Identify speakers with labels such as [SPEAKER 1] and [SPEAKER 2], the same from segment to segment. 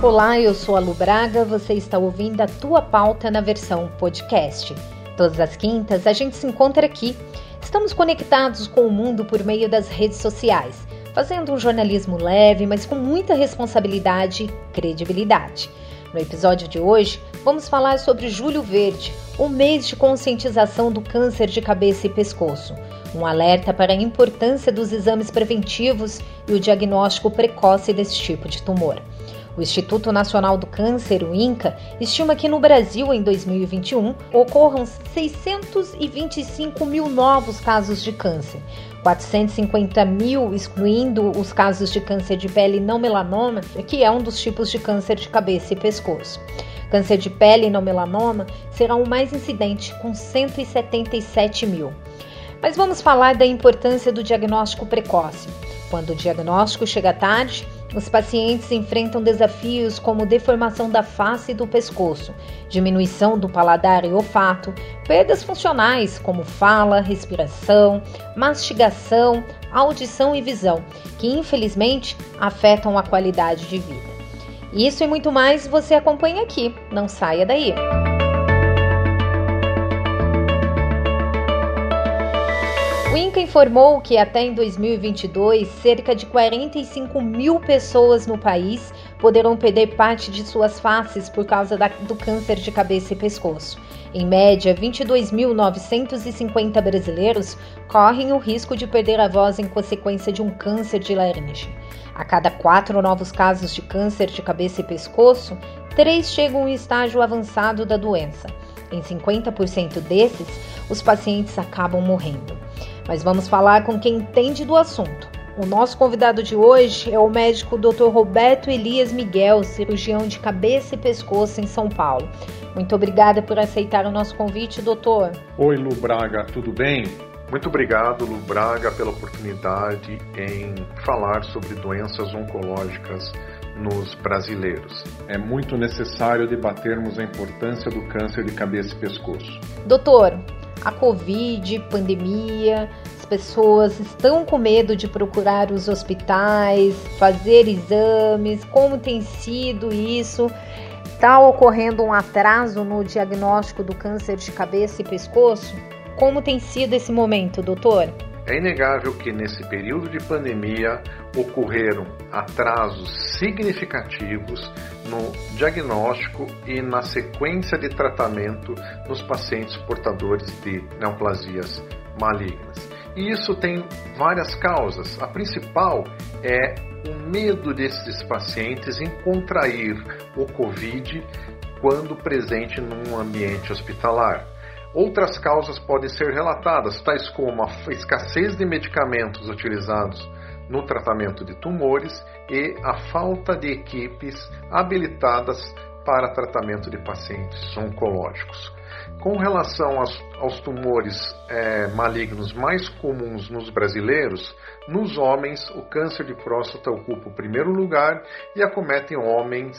[SPEAKER 1] Olá, eu sou a Lu Braga, você está ouvindo a Tua Pauta na versão podcast. Todas as quintas a gente se encontra aqui. Estamos conectados com o mundo por meio das redes sociais, fazendo um jornalismo leve, mas com muita responsabilidade e credibilidade. No episódio de hoje, vamos falar sobre Julho Verde, o mês de conscientização do câncer de cabeça e pescoço. Um alerta para a importância dos exames preventivos e o diagnóstico precoce desse tipo de tumor. O Instituto Nacional do Câncer, o INCA, estima que no Brasil, em 2021, ocorram 625 mil novos casos de câncer, 450 mil, excluindo os casos de câncer de pele não melanoma, que é um dos tipos de câncer de cabeça e pescoço. Câncer de pele não melanoma será o mais incidente, com 177 mil. Mas vamos falar da importância do diagnóstico precoce. Quando o diagnóstico chega tarde, os pacientes enfrentam desafios como deformação da face e do pescoço, diminuição do paladar e olfato, perdas funcionais como fala, respiração, mastigação, audição e visão, que infelizmente afetam a qualidade de vida. Isso e muito mais você acompanha aqui, não saia daí! O INCA informou que até em 2022, cerca de 45 mil pessoas no país poderão perder parte de suas faces por causa do câncer de cabeça e pescoço. Em média, 22.950 brasileiros correm o risco de perder a voz em consequência de um câncer de laringe. A cada 4 novos casos de câncer de cabeça e pescoço, 3 chegam em estágio avançado da doença. Em 50% desses, os pacientes acabam morrendo. Mas vamos falar com quem entende do assunto. O nosso convidado de hoje é o médico Dr. Roberto Elias Miguel, cirurgião de cabeça e pescoço em São Paulo. Muito obrigada por aceitar o nosso convite, doutor.
[SPEAKER 2] Oi, Lu Braga, tudo bem? Muito obrigado, Lu Braga, pela oportunidade em falar sobre doenças oncológicas nos brasileiros. É muito necessário debatermos a importância do câncer de cabeça e pescoço.
[SPEAKER 1] Doutor, a Covid, pandemia, as pessoas estão com medo de procurar os hospitais, fazer exames, como tem sido isso? Está ocorrendo um atraso no diagnóstico do câncer de cabeça e pescoço? Como tem sido esse momento, doutor?
[SPEAKER 2] É inegável que nesse período de pandemia ocorreram atrasos significativos no diagnóstico e na sequência de tratamento nos pacientes portadores de neoplasias malignas. E isso tem várias causas. A principal é o medo desses pacientes em contrair o COVID quando presente num ambiente hospitalar. Outras causas podem ser relatadas, tais como a escassez de medicamentos utilizados no tratamento de tumores e a falta de equipes habilitadas para tratamento de pacientes oncológicos. Com relação aos tumores malignos mais comuns nos brasileiros, nos homens o câncer de próstata ocupa o primeiro lugar e acomete homens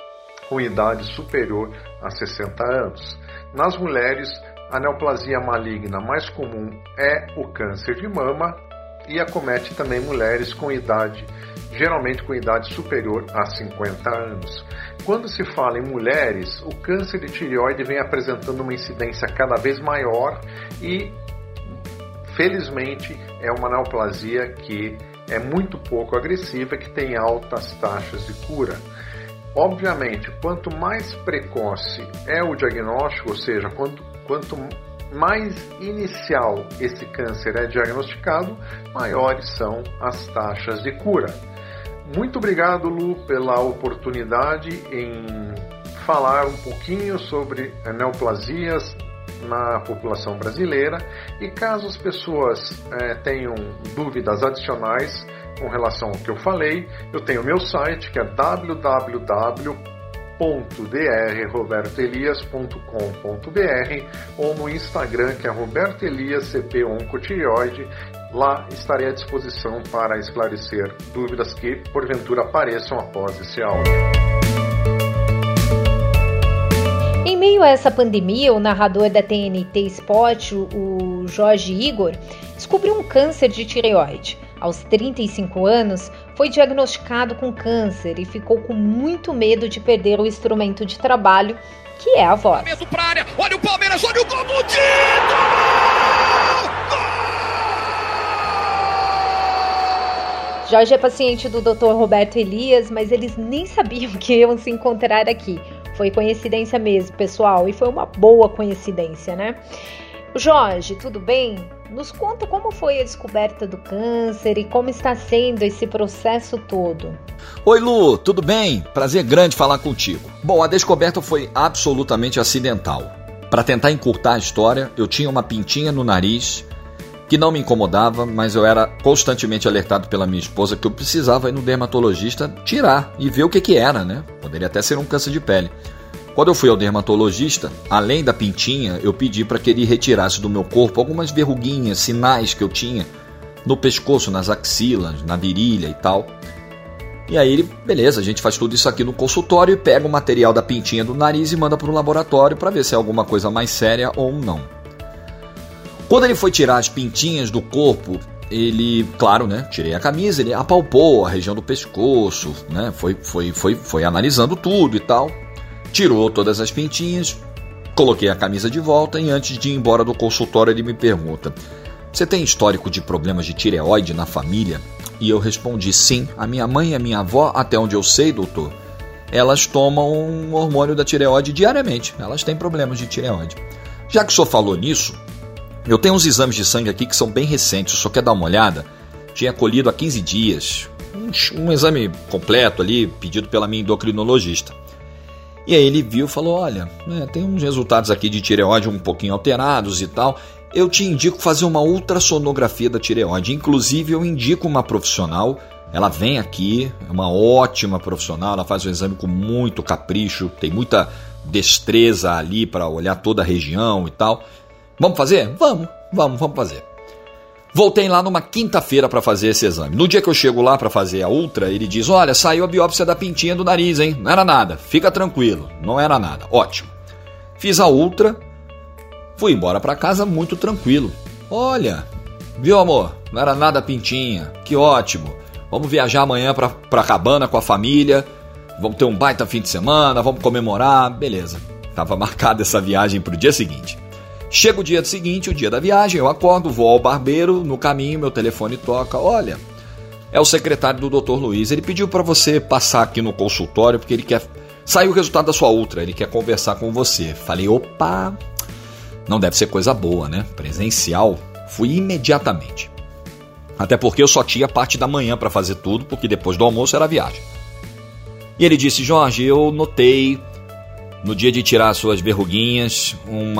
[SPEAKER 2] com idade superior a 60 anos. Nas mulheres, a neoplasia maligna mais comum é o câncer de mama e acomete também mulheres com idade, geralmente com idade superior a 50 anos. Quando se fala em mulheres, o câncer de tireoide vem apresentando uma incidência cada vez maior e, felizmente, é uma neoplasia que é muito pouco agressiva e que tem altas taxas de cura. Obviamente, quanto mais precoce é o diagnóstico, ou seja, quanto mais inicial esse câncer é diagnosticado, maiores são as taxas de cura. Muito obrigado, Lu, pela oportunidade em falar um pouquinho sobre neoplasias na população brasileira e caso as pessoas tenham dúvidas adicionais com relação ao que eu falei, eu tenho meu site que é www.drrobertoelias.com.br ou no Instagram que é Roberto Elias CP Oncotireoide. Lá estarei à disposição para esclarecer dúvidas que porventura apareçam após esse áudio.
[SPEAKER 1] Em meio a essa pandemia, o narrador da TNT Sport, o Jorge Igor, descobriu um câncer de tireoide. Aos 35 anos, foi diagnosticado com câncer e ficou com muito medo de perder o instrumento de trabalho, que é a voz.
[SPEAKER 3] Olha o Palmeiras, olha o gol do título!
[SPEAKER 1] Jorge é paciente do Dr. Roberto Elias, mas eles nem sabiam que iam se encontrar aqui. Foi coincidência mesmo, pessoal, e foi uma boa coincidência, né? Jorge, tudo bem? Nos conta como foi a descoberta do câncer e como está sendo esse processo todo.
[SPEAKER 4] Oi, Lu, tudo bem? Prazer grande falar contigo. Bom, a descoberta foi absolutamente acidental. Para tentar encurtar a história, eu tinha uma pintinha no nariz que não me incomodava, mas eu era constantemente alertado pela minha esposa que eu precisava ir no dermatologista tirar e ver o que era, né? Poderia até ser um câncer de pele. Quando eu fui ao dermatologista, além da pintinha, eu pedi para que ele retirasse do meu corpo algumas verruguinhas, sinais que eu tinha no pescoço, nas axilas, na virilha e tal. E aí ele, beleza, a gente faz tudo isso aqui no consultório e pega o material da pintinha do nariz e manda para o laboratório para ver se é alguma coisa mais séria ou não. Quando ele foi tirar as pintinhas do corpo, ele, claro, né, tirei a camisa, ele apalpou a região do pescoço, né, foi analisando tudo e tal. Tirou todas as pintinhas, coloquei a camisa de volta e antes de ir embora do consultório ele me pergunta: você tem histórico de problemas de tireoide na família? E eu respondi: sim, a minha mãe e a minha avó, até onde eu sei, doutor, elas tomam um hormônio da tireoide diariamente, elas têm problemas de tireoide. Já que o senhor falou nisso, eu tenho uns exames de sangue aqui que são bem recentes, o senhor quer dar uma olhada? Tinha colhido há 15 dias, um exame completo ali, pedido pela minha endocrinologista. E aí ele viu e falou: olha, tem uns resultados aqui de tireoide um pouquinho alterados e tal, eu te indico fazer uma ultrassonografia da tireoide. Inclusive eu indico uma profissional, ela vem aqui, é uma ótima profissional, ela faz o exame com muito capricho, tem muita destreza ali para olhar toda a região e tal. Vamos fazer? Vamos fazer. Voltei lá numa quinta-feira para fazer esse exame. No dia que eu chego lá para fazer a ultra, ele diz: olha, saiu a biópsia da pintinha do nariz, hein? Não era nada, fica tranquilo, não era nada, ótimo. Fiz a ultra, fui embora para casa muito tranquilo. Olha, viu, amor? Não era nada pintinha, que ótimo. Vamos viajar amanhã pra cabana com a família, vamos ter um baita fim de semana, vamos comemorar, beleza. Tava marcada essa viagem pro dia seguinte. Chega o dia seguinte, o dia da viagem, eu acordo, vou ao barbeiro, no caminho meu telefone toca: olha, é o secretário do Dr. Luiz, ele pediu para você passar aqui no consultório porque ele quer... Saiu o resultado da sua ultra, ele quer conversar com você. Falei: opa, não deve ser coisa boa, né? Presencial. Fui imediatamente. Até porque eu só tinha parte da manhã para fazer tudo, porque depois do almoço era a viagem. E ele disse: Jorge, eu notei no dia de tirar suas verruguinhas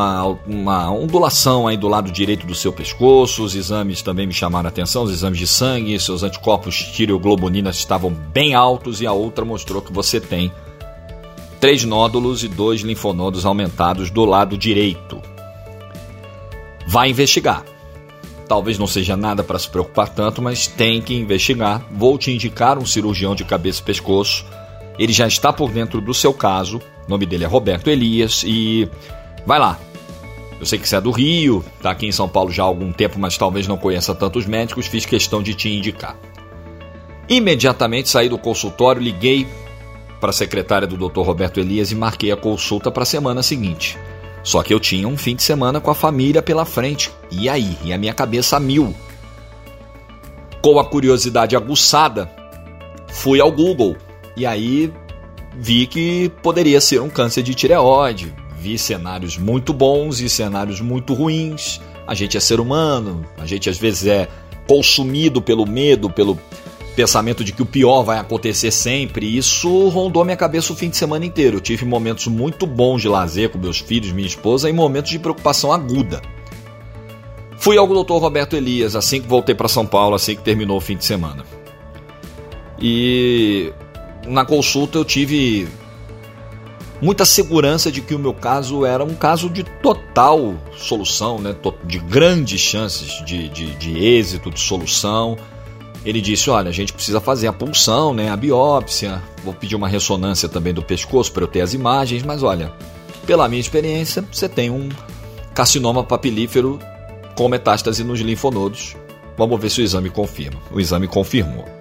[SPEAKER 4] uma ondulação aí do lado direito do seu pescoço. Os exames também me chamaram a atenção, os exames de sangue, seus anticorpos tireoglobulina estavam bem altos e a outra mostrou que você tem 3 nódulos e 2 linfonodos aumentados do lado direito. Vai investigar. Talvez não seja nada para se preocupar tanto, mas tem que investigar. Vou te indicar um cirurgião de cabeça e pescoço. Ele já está por dentro do seu caso. O nome dele é Roberto Elias e vai lá. Eu sei que você é do Rio, está aqui em São Paulo já há algum tempo, mas talvez não conheça tantos médicos, fiz questão de te indicar. Imediatamente saí do consultório, liguei para a secretária do Dr. Roberto Elias e marquei a consulta para a semana seguinte. Só que eu tinha um fim de semana com a família pela frente. E aí? E a minha cabeça a mil. Com a curiosidade aguçada, fui ao Google e aí vi que poderia ser um câncer de tireoide. Vi cenários muito bons e cenários muito ruins. A gente é ser humano, a gente às vezes é consumido pelo medo, pelo pensamento de que o pior vai acontecer sempre. E isso rondou minha cabeça o fim de semana inteiro. Eu tive momentos muito bons de lazer com meus filhos, minha esposa, e momentos de preocupação aguda. Fui ao Dr. Roberto Elias assim que voltei para São Paulo, assim que terminou o fim de semana. E na consulta eu tive muita segurança de que o meu caso era um caso de total solução, né? De grandes chances de êxito, de solução. Ele disse: olha, a gente precisa fazer a punção, né? A biópsia, vou pedir uma ressonância também do pescoço para eu ter as imagens, mas olha, pela minha experiência, você tem um carcinoma papilífero com metástase nos linfonodos. Vamos ver se o exame confirma. O exame confirmou.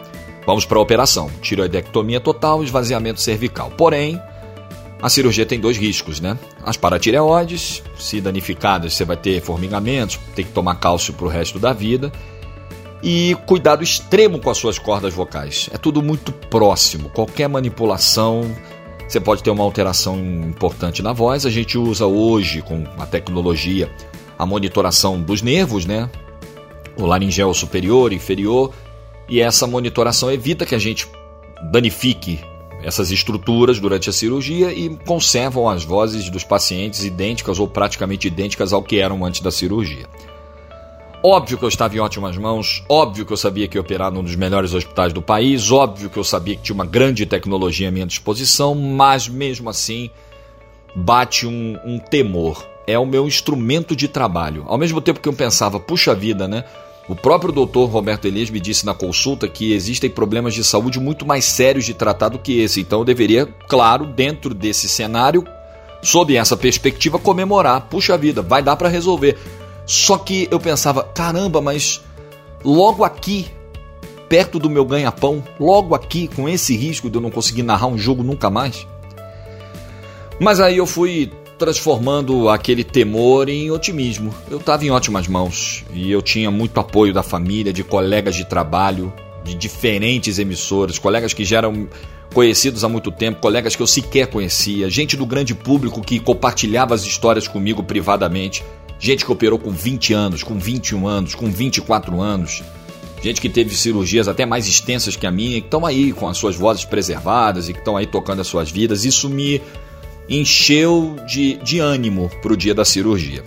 [SPEAKER 4] Vamos para a operação. Tireoidectomia total, esvaziamento cervical. Porém, a cirurgia tem 2 riscos, né? As paratireoides, se danificadas, você vai ter formigamentos, tem que tomar cálcio para o resto da vida. E cuidado extremo com as suas cordas vocais. É tudo muito próximo. Qualquer manipulação, você pode ter uma alteração importante na voz. A gente usa hoje, com a tecnologia, a monitoração dos nervos, né? O laringel superior, inferior. E essa monitoração evita que a gente danifique essas estruturas durante a cirurgia e conservam as vozes dos pacientes idênticas ou praticamente idênticas ao que eram antes da cirurgia. Óbvio que eu estava em ótimas mãos, óbvio que eu sabia que ia operar num dos melhores hospitais do país, óbvio que eu sabia que tinha uma grande tecnologia à minha disposição, mas mesmo assim bate um temor. É o meu instrumento de trabalho. Ao mesmo tempo que eu pensava, puxa vida, né? O próprio Dr. Roberto Elias me disse na consulta que existem problemas de saúde muito mais sérios de tratar do que esse. Então eu deveria, claro, dentro desse cenário, sob essa perspectiva, comemorar. Puxa vida, vai dar para resolver. Só que eu pensava, caramba, mas logo aqui, perto do meu ganha-pão, logo aqui, com esse risco de eu não conseguir narrar um jogo nunca mais. Mas aí eu fui transformando aquele temor em otimismo. Eu estava em ótimas mãos e eu tinha muito apoio da família, de colegas de trabalho, de diferentes emissoras, colegas que já eram conhecidos há muito tempo, colegas que eu sequer conhecia, gente do grande público que compartilhava as histórias comigo privadamente, gente que operou com 20 anos, com 21 anos, com 24 anos, gente que teve cirurgias até mais extensas que a minha, que estão aí com as suas vozes preservadas e que estão aí tocando as suas vidas. Isso me encheu de ânimo para o dia da cirurgia.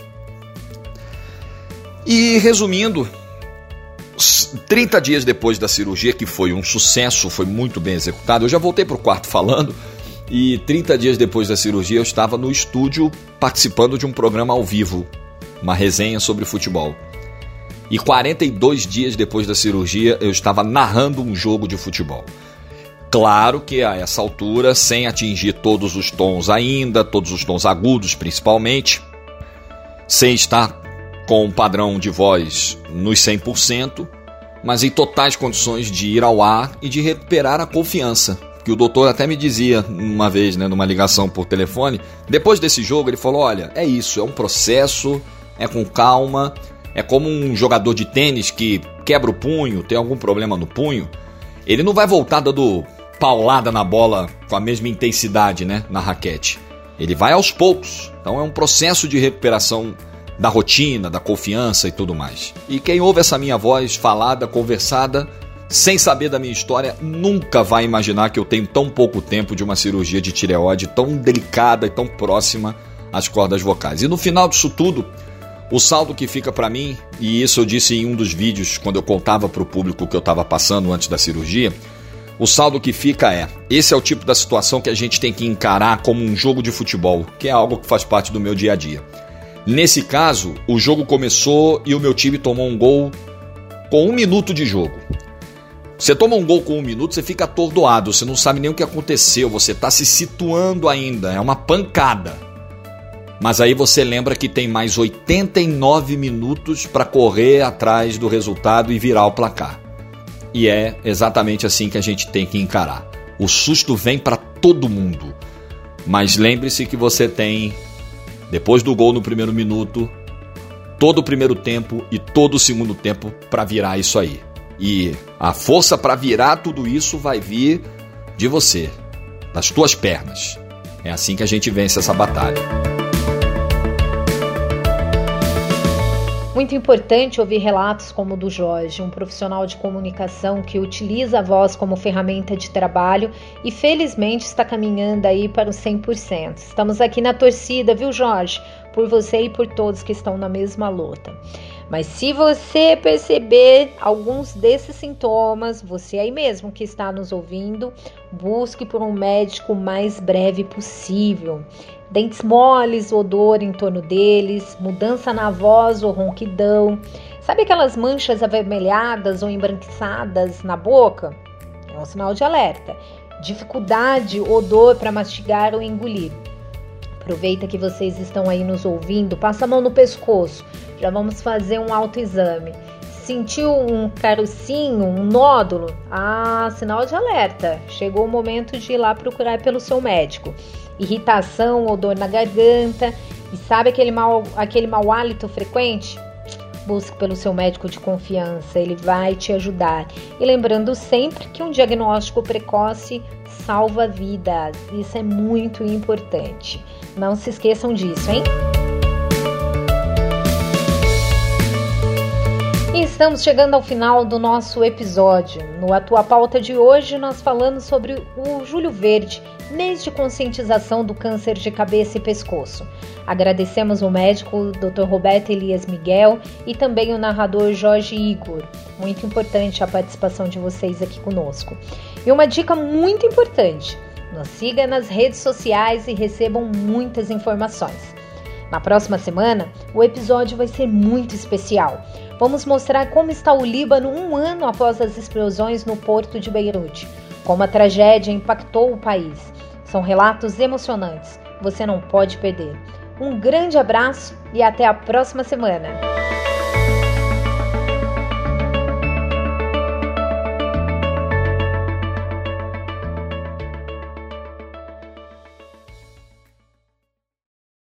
[SPEAKER 4] E resumindo, 30 dias depois da cirurgia, que foi um sucesso, foi muito bem executado, eu já voltei para o quarto falando, e 30 dias depois da cirurgia eu estava no estúdio participando de um programa ao vivo, uma resenha sobre futebol. E 42 dias depois da cirurgia eu estava narrando um jogo de futebol. Claro que a essa altura, sem atingir todos os tons ainda, todos os tons agudos principalmente, sem estar com um padrão de voz nos 100%, mas em totais condições de ir ao ar e de recuperar a confiança. Que o doutor até me dizia uma vez, né, numa ligação por telefone, depois desse jogo ele falou, olha, é isso, é um processo, é com calma, é como um jogador de tênis que quebra o punho, tem algum problema no punho, ele não vai voltar dando paulada na bola com a mesma intensidade, né, na raquete. Ele vai aos poucos. Então é um processo de recuperação da rotina, da confiança e tudo mais. E quem ouve essa minha voz falada, conversada, sem saber da minha história, nunca vai imaginar que eu tenho tão pouco tempo de uma cirurgia de tireoide tão delicada e tão próxima às cordas vocais. E no final disso tudo, o saldo que fica para mim, e isso eu disse em um dos vídeos quando eu contava para o público o que eu estava passando antes da cirurgia, o saldo que fica é, esse é o tipo da situação que a gente tem que encarar como um jogo de futebol, que é algo que faz parte do meu dia a dia. Nesse caso, o jogo começou e o meu time tomou um gol com 1 minuto de jogo. Você toma um gol com 1 minuto, você fica atordoado, você não sabe nem o que aconteceu, você está se situando ainda, é uma pancada. Mas aí você lembra que tem mais 89 minutos para correr atrás do resultado e virar o placar. E é exatamente assim que a gente tem que encarar. O susto vem para todo mundo, mas lembre-se que você tem, depois do gol no primeiro minuto, todo o primeiro tempo e todo o segundo tempo para virar isso aí. E a força para virar tudo isso vai vir de você, das tuas pernas. É assim que a gente vence essa batalha.
[SPEAKER 1] Muito importante ouvir relatos como o do Jorge, um profissional de comunicação que utiliza a voz como ferramenta de trabalho e felizmente está caminhando aí para os 100%. Estamos aqui na torcida, viu, Jorge? Por você e por todos que estão na mesma luta. Mas se você perceber alguns desses sintomas, você aí mesmo que está nos ouvindo, busque por um médico o mais breve possível. Dentes moles, odor em torno deles, mudança na voz ou ronquidão. Sabe aquelas manchas avermelhadas ou embranquiçadas na boca? É um sinal de alerta. Dificuldade ou dor para mastigar ou engolir. Aproveita que vocês estão aí nos ouvindo, passa a mão no pescoço. Já vamos fazer um autoexame. Sentiu um carocinho, um nódulo? Sinal de alerta. Chegou o momento de ir lá procurar pelo seu médico. Irritação ou dor na garganta? E sabe aquele mau hálito frequente? Busque pelo seu médico de confiança, ele vai te ajudar. E lembrando sempre que um diagnóstico precoce salva vidas. Isso é muito importante. Não se esqueçam disso, hein? E estamos chegando ao final do nosso episódio. No A Tua Pauta de hoje, nós falamos sobre o Julho Verde, mês de conscientização do câncer de cabeça e pescoço. Agradecemos o médico Dr. Roberto Elias Miguel e também o narrador Jorge Igor. Muito importante a participação de vocês aqui conosco. E uma dica muito importante, nos siga nas redes sociais e recebam muitas informações. Na próxima semana, o episódio vai ser muito especial. Vamos mostrar como está o Líbano um ano após as explosões no porto de Beirute, como a tragédia impactou o país. São relatos emocionantes, você não pode perder. Um grande abraço e até a próxima semana!